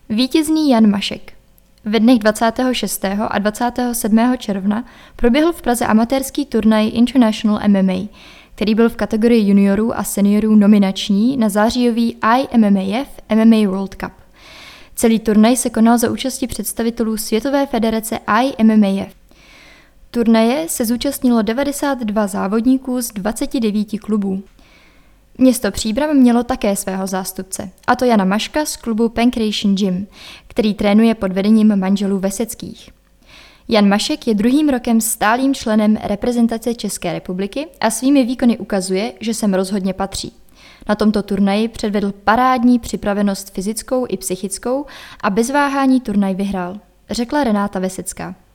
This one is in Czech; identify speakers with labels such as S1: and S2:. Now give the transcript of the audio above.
S1: Vítězný Jan Mašek. Ve dnech 26. a 27. června proběhl v Praze amatérský turnaj International MMA, který byl v kategorii juniorů a seniorů nominační na zářijový IMMAF MMA World Cup. Celý turnaj se konal za účasti představitelů Světové federace IMMAF. Turnaje se zúčastnilo 92 závodníků z 29 klubů. Město Příbram mělo také svého zástupce, a to Jana Maška z klubu Pancration Gym, který trénuje pod vedením manželů Veseckých. Jan Mašek je druhým rokem stálým členem reprezentace České republiky a svými výkony ukazuje, že sem rozhodně patří. Na tomto turnaji předvedl parádní připravenost fyzickou i psychickou a bez váhání turnaj vyhrál, řekla Renáta Vesecká.